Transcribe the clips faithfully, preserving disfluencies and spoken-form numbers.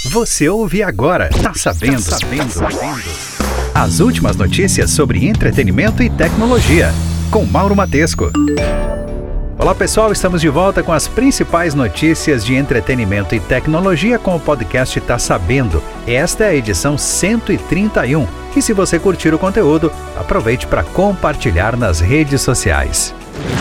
Você ouve agora. Tá sabendo, tá sabendo, tá sabendo. As últimas notícias sobre entretenimento e tecnologia, com Mauro Matesco. Olá pessoal, estamos de volta com as principais notícias de entretenimento e tecnologia com o podcast Tá Sabendo. Esta é a edição cento e trinta e um. E se você curtir o conteúdo, aproveite para compartilhar nas redes sociais.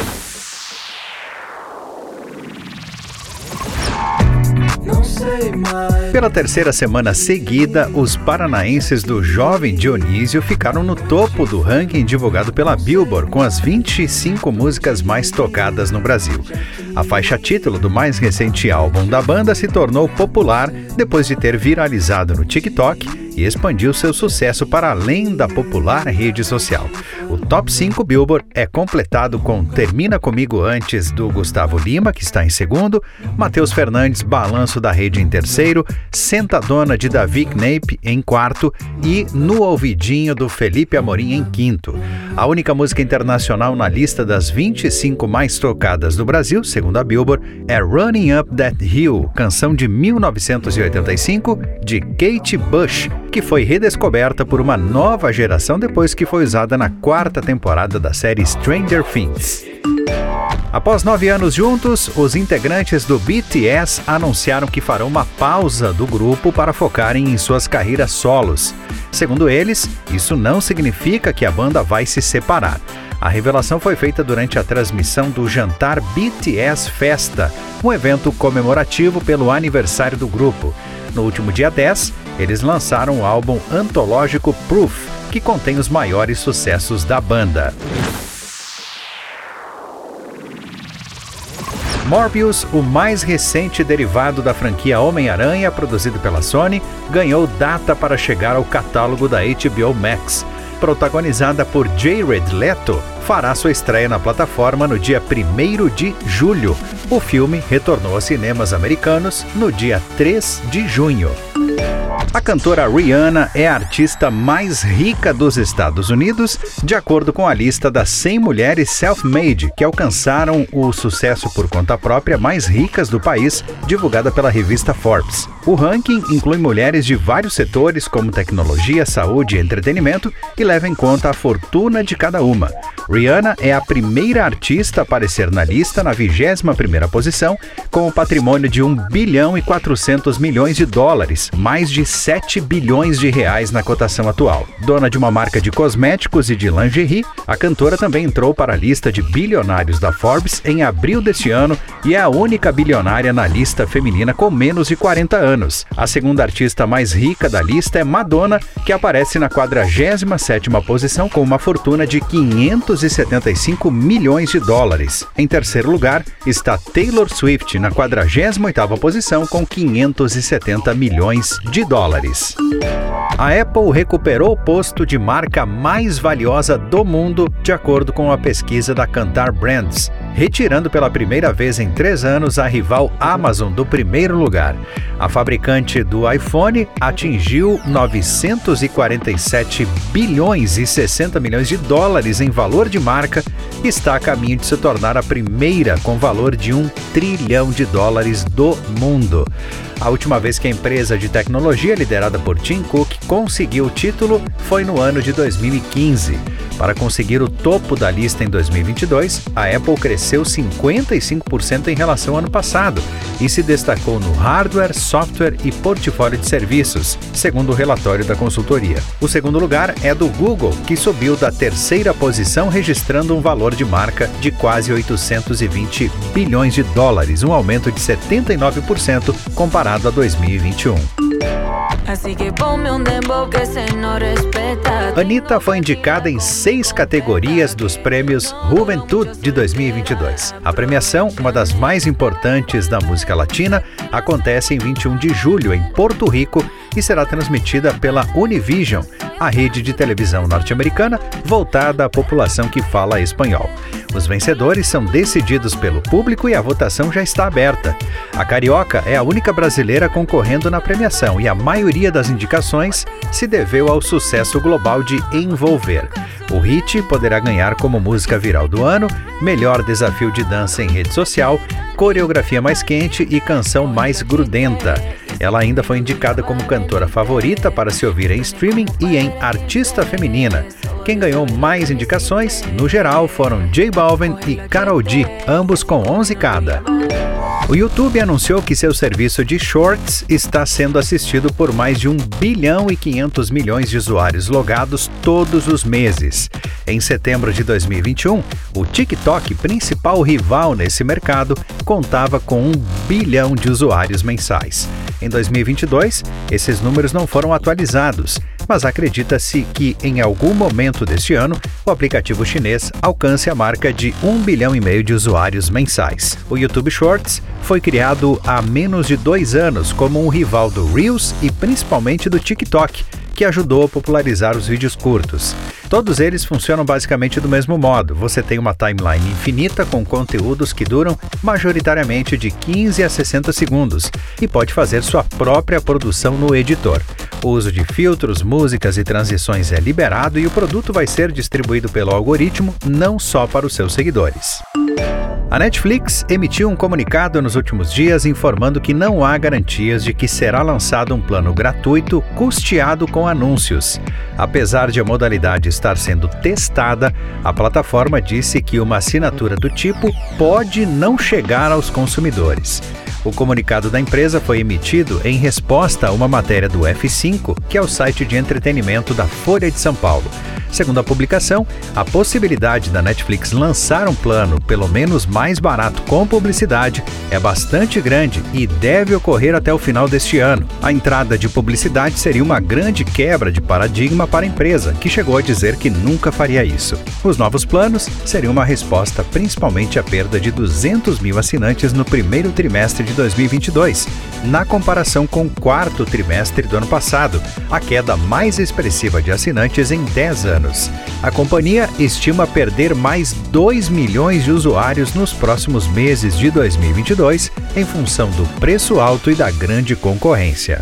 Pela terceira semana seguida, os paranaenses do Jovem Dionísio ficaram no topo do ranking divulgado pela Billboard com as vinte e cinco músicas mais tocadas no Brasil. A faixa título do mais recente álbum da banda se tornou popular depois de ter viralizado no TikTok e expandiu seu sucesso para além da popular rede social. O Top cinco Billboard é completado com Termina Comigo Antes, do Gustavo Lima, que está em segundo, Matheus Fernandes, Balanço da Rede, em terceiro, Sentadona, de Davi Knape, em quarto e No Ouvidinho, do Felipe Amorim, em quinto. A única música internacional na lista das vinte e cinco mais tocadas do Brasil, segundo a Billboard, é Running Up That Hill, canção de mil novecentos e oitenta e cinco, de Kate Bush, que foi redescoberta por uma nova geração depois que foi usada na quarta temporada da série Stranger Things. Após nove anos juntos, os integrantes do B T S anunciaram que farão uma pausa do grupo para focarem em suas carreiras solos. Segundo eles, isso não significa que a banda vai se separar. A revelação foi feita durante a transmissão do Jantar B T S Festa, um evento comemorativo pelo aniversário do grupo. No último dia dez, eles lançaram o álbum antológico Proof, que contém os maiores sucessos da banda. Morbius, o mais recente derivado da franquia Homem-Aranha, produzido pela Sony, ganhou data para chegar ao catálogo da H B O Max. Protagonizada por Jared Leto, fará sua estreia na plataforma no dia primeiro de julho. O filme retornou aos cinemas americanos no dia três de junho. A cantora Rihanna é a artista mais rica dos Estados Unidos, de acordo com a lista das cem mulheres self-made que alcançaram o sucesso por conta própria mais ricas do país, divulgada pela revista Forbes. O ranking inclui mulheres de vários setores, como tecnologia, saúde e entretenimento, e leva em conta a fortuna de cada uma. Rihanna é a primeira artista a aparecer na lista na vigésima primeira posição, com um patrimônio de um bilhão e quatrocentos milhões de dólares, mais de sete bilhões de reais na cotação atual. Dona de uma marca de cosméticos e de lingerie, a cantora também entrou para a lista de bilionários da Forbes em abril deste ano e é a única bilionária na lista feminina com menos de quarenta anos. A segunda artista mais rica da lista é Madonna, que aparece na quadragésima sétima posição com uma fortuna de quinhentos e setenta e cinco milhões de dólares. Em terceiro lugar está Taylor Swift, na quadragésima oitava posição com quinhentos e setenta milhões de dólares. A Apple recuperou o posto de marca mais valiosa do mundo, de acordo com a pesquisa da Kantar Brands, retirando pela primeira vez em três anos a rival Amazon do primeiro lugar. A fabricante do iPhone atingiu novecentos e quarenta e sete bilhões e sessenta milhões de dólares em valor de marca e está a caminho de se tornar a primeira com valor de um trilhão de dólares do mundo. A última vez que a empresa de tecnologia liderada por Tim Cook conseguiu o título foi no ano de dois mil e quinze. Para conseguir o topo da lista em dois mil e vinte e dois, a Apple cresceu cinquenta e cinco por cento em relação ao ano passado e se destacou no hardware, software e portfólio de serviços, segundo o relatório da consultoria. O segundo lugar é do Google, que subiu da terceira posição registrando um valor de marca de quase oitocentos e vinte bilhões de dólares, um aumento de setenta e nove por cento comparado a dois mil e vinte e um. Anitta foi indicada em seis categorias dos prêmios Juventud de dois mil e vinte e dois. A premiação, uma das mais importantes da música latina, acontece em vinte e um de julho em Porto Rico e será transmitida pela Univision, a rede de televisão norte-americana voltada à população que fala espanhol. Os vencedores são decididos pelo público e a votação já está aberta. A carioca é a única brasileira concorrendo na premiação e a maioria das indicações se deveu ao sucesso global de Envolver. O O hit poderá ganhar como música viral do ano, melhor desafio de dança em rede social, coreografia mais quente e canção mais grudenta. Ela ainda foi indicada como cantora favorita para se ouvir em streaming e em artista feminina. Quem ganhou mais indicações, no geral, foram J Balvin e Karol G, ambos com onze cada. O YouTube anunciou que seu serviço de Shorts está sendo assistido por mais de um bilhão e quinhentos milhões de usuários logados todos os meses. Em setembro de dois mil e vinte e um, o TikTok, principal rival nesse mercado, contava com um bilhão de usuários mensais. Em dois mil e vinte e dois, esses números não foram atualizados, mas acredita-se que em algum momento deste ano, o aplicativo chinês alcance a marca de um bilhão e meio de usuários mensais. O YouTube Shorts foi criado há menos de dois anos como um rival do Reels e principalmente do TikTok, que ajudou a popularizar os vídeos curtos. Todos eles funcionam basicamente do mesmo modo. Você tem uma timeline infinita com conteúdos que duram majoritariamente de quinze a sessenta segundos e pode fazer sua própria produção no editor. O uso de filtros, músicas e transições é liberado e o produto vai ser distribuído pelo algoritmo não só para os seus seguidores. A Netflix emitiu um comunicado nos últimos dias informando que não há garantias de que será lançado um plano gratuito custeado com anúncios. Apesar de a modalidade estar sendo testada, a plataforma disse que uma assinatura do tipo pode não chegar aos consumidores. O comunicado da empresa foi emitido em resposta a uma matéria do F cinco, que é o site de entretenimento da Folha de São Paulo. Segundo a publicação, a possibilidade da Netflix lançar um plano pelo menos mais barato com publicidade é bastante grande e deve ocorrer até o final deste ano. A entrada de publicidade seria uma grande quebra de paradigma para a empresa, que chegou a dizer que nunca faria isso. Os novos planos seriam uma resposta principalmente à perda de duzentos mil assinantes no primeiro trimestre de dois mil e vinte e dois, na comparação com o quarto trimestre do ano passado, a queda mais expressiva de assinantes em dez anos. A companhia estima perder mais dois milhões de usuários nos próximos meses de dois mil e vinte e dois, em função do preço alto e da grande concorrência.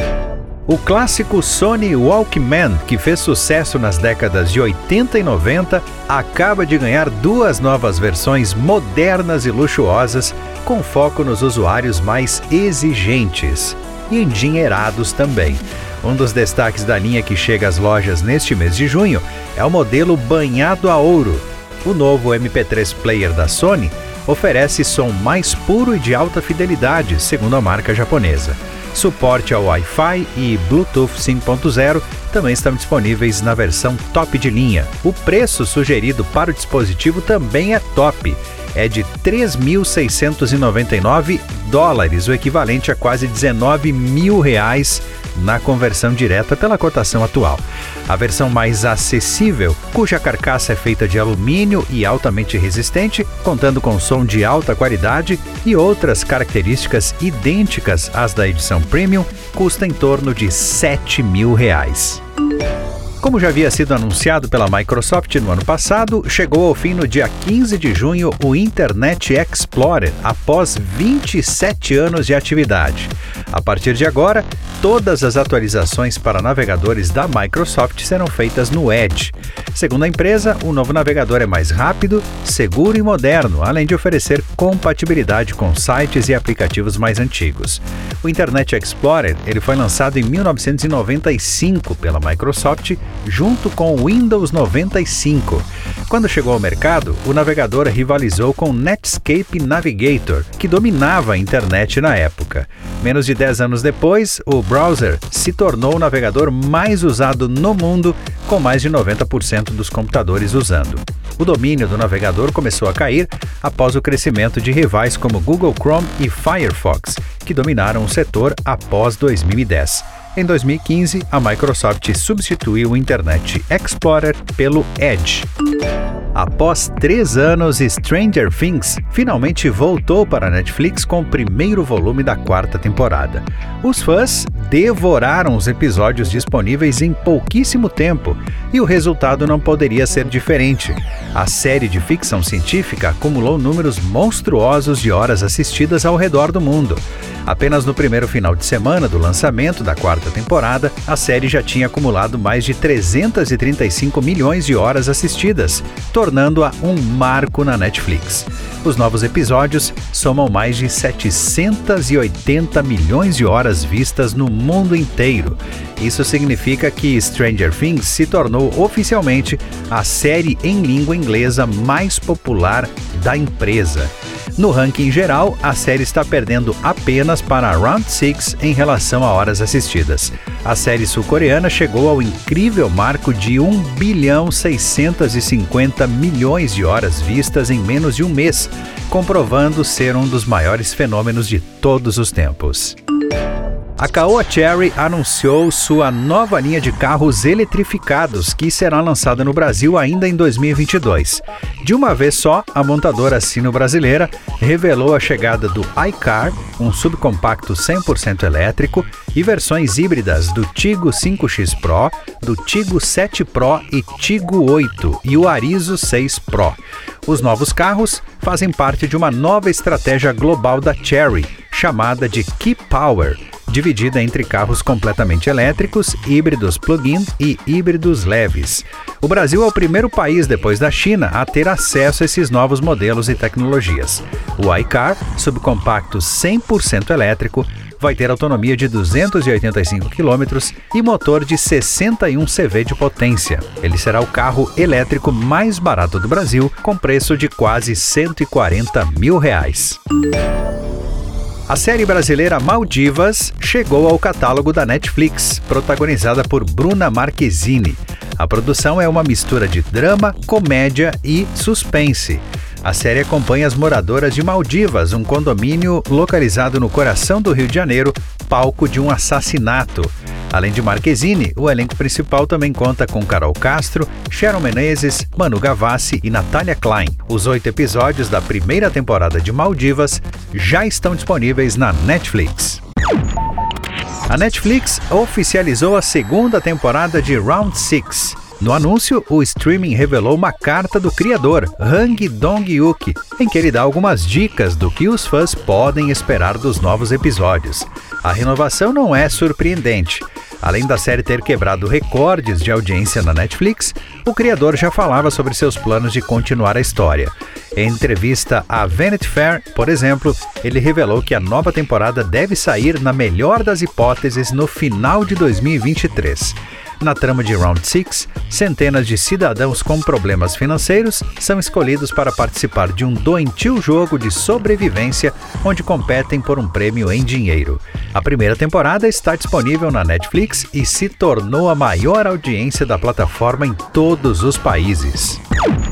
O clássico Sony Walkman, que fez sucesso nas décadas de oitenta e noventa, acaba de ganhar duas novas versões modernas e luxuosas, com foco nos usuários mais exigentes e endinheirados também. Um dos destaques da linha que chega às lojas neste mês de junho é o modelo banhado a ouro. O novo M P três Player da Sony oferece som mais puro e de alta fidelidade, segundo a marca japonesa. Suporte ao Wi-Fi e Bluetooth cinco ponto zero também estão disponíveis na versão top de linha. O preço sugerido para o dispositivo também é top. É de três mil seiscentos e noventa e nove dólares, o equivalente a quase dezenove mil reais na conversão direta pela cotação atual. A versão mais acessível, cuja carcaça é feita de alumínio e altamente resistente, contando com som de alta qualidade e outras características idênticas às da edição Premium, custa em torno de sete mil reais. Como já havia sido anunciado pela Microsoft no ano passado, chegou ao fim no dia quinze de junho o Internet Explorer, após vinte e sete anos de atividade. A partir de agora, todas as atualizações para navegadores da Microsoft serão feitas no Edge. Segundo a empresa, o novo navegador é mais rápido, seguro e moderno, além de oferecer compatibilidade com sites e aplicativos mais antigos. O Internet Explorer ele foi lançado em mil novecentos e noventa e cinco pela Microsoft, junto com o Windows noventa e cinco. Quando chegou ao mercado, o navegador rivalizou com o Netscape Navigator, que dominava a internet na época. Menos de dez anos depois, o browser se tornou o navegador mais usado no mundo, com mais de noventa por cento dos computadores usando. O domínio do navegador começou a cair após o crescimento de rivais como Google Chrome e Firefox, que dominaram o setor após dois mil e dez. Em dois mil e quinze, a Microsoft substituiu o Internet Explorer pelo Edge. Após três anos, Stranger Things finalmente voltou para a Netflix com o primeiro volume da quarta temporada. Os fãs devoraram os episódios disponíveis em pouquíssimo tempo e o resultado não poderia ser diferente. A série de ficção científica acumulou números monstruosos de horas assistidas ao redor do mundo. Apenas no primeiro final de semana do lançamento da quarta temporada, a série já tinha acumulado mais de trezentos e trinta e cinco milhões de horas assistidas, tornando-a um marco na Netflix. Os novos episódios somam mais de setecentos e oitenta milhões de horas vistas no mundo inteiro. Isso significa que Stranger Things se tornou oficialmente a série em língua inglesa mais popular da empresa. No ranking geral, a série está perdendo apenas para Round Six em relação a horas assistidas. A série sul-coreana chegou ao incrível marco de um bilhão seiscentos e cinquenta milhões de horas vistas em menos de um mês, comprovando ser um dos maiores fenômenos de todos os tempos. A Caoa Chery anunciou sua nova linha de carros eletrificados, que será lançada no Brasil ainda em dois mil e vinte e dois. De uma vez só, a montadora sino-brasileira revelou a chegada do iCar, um subcompacto cem por cento elétrico, e versões híbridas do Tigo cinco X Pro, do Tigo sete Pro e Tigo oito e o Arizo seis Pro. Os novos carros fazem parte de uma nova estratégia global da Chery, chamada de Key Power, dividida entre carros completamente elétricos, híbridos plug-in e híbridos leves. O Brasil é o primeiro país, depois da China, a ter acesso a esses novos modelos e tecnologias. O iCar, subcompacto cem por cento elétrico, vai ter autonomia de duzentos e oitenta e cinco quilômetros e motor de sessenta e um C V de potência. Ele será o carro elétrico mais barato do Brasil, com preço de quase cento e quarenta mil reais. A série brasileira Maldivas chegou ao catálogo da Netflix, protagonizada por Bruna Marquezine. A produção é uma mistura de drama, comédia e suspense. A série acompanha as moradoras de Maldivas, um condomínio localizado no coração do Rio de Janeiro, palco de um assassinato. Além de Marquezine, o elenco principal também conta com Carol Castro, Sharon Menezes, Manu Gavassi e Natália Klein. Os oito episódios da primeira temporada de Maldivas já estão disponíveis na Netflix. A Netflix oficializou a segunda temporada de Round Six. No anúncio, o streaming revelou uma carta do criador, Hang Dong-hyuk, em que ele dá algumas dicas do que os fãs podem esperar dos novos episódios. A renovação não é surpreendente. Além da série ter quebrado recordes de audiência na Netflix, o criador já falava sobre seus planos de continuar a história. Em entrevista à Vanity Fair, por exemplo, ele revelou que a nova temporada deve sair, na melhor das hipóteses, no final de dois mil e vinte e três. Na trama de Round Six, centenas de cidadãos com problemas financeiros são escolhidos para participar de um doentio jogo de sobrevivência onde competem por um prêmio em dinheiro. A primeira temporada está disponível na Netflix e se tornou a maior audiência da plataforma em todos os países.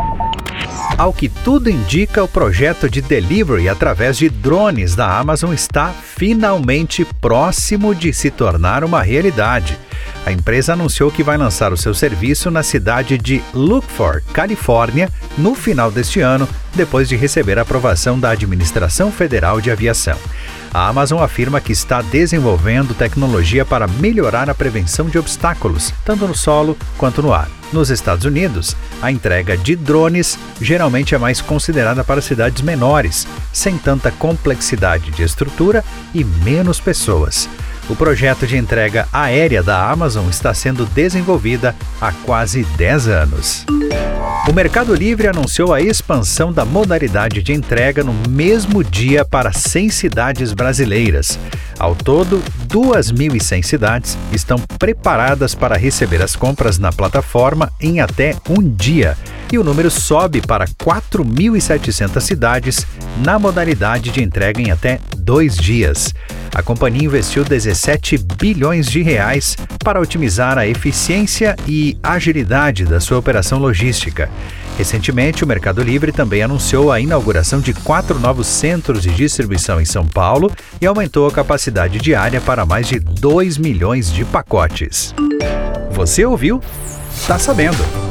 Ao que tudo indica, o projeto de delivery através de drones da Amazon está finalmente próximo de se tornar uma realidade. A empresa anunciou que vai lançar o seu serviço na cidade de Lukeford, Califórnia, no final deste ano, depois de receber a aprovação da Administração Federal de Aviação. A Amazon afirma que está desenvolvendo tecnologia para melhorar a prevenção de obstáculos, tanto no solo quanto no ar. Nos Estados Unidos, a entrega de drones geralmente é mais considerada para cidades menores, sem tanta complexidade de estrutura e menos pessoas. O projeto de entrega aérea da Amazon está sendo desenvolvida há quase dez anos. O Mercado Livre anunciou a expansão da modalidade de entrega no mesmo dia para cem cidades brasileiras. Ao todo, duas mil e cem cidades estão preparadas para receber as compras na plataforma em até um dia, e o número sobe para quatro mil e setecentas cidades na modalidade de entrega em até dois dias. A companhia investiu dezessete bilhões de reais para otimizar a eficiência e agilidade da sua operação logística. Recentemente, o Mercado Livre também anunciou a inauguração de quatro novos centros de distribuição em São Paulo e aumentou a capacidade diária para mais de dois milhões de pacotes. Você ouviu? Tá sabendo!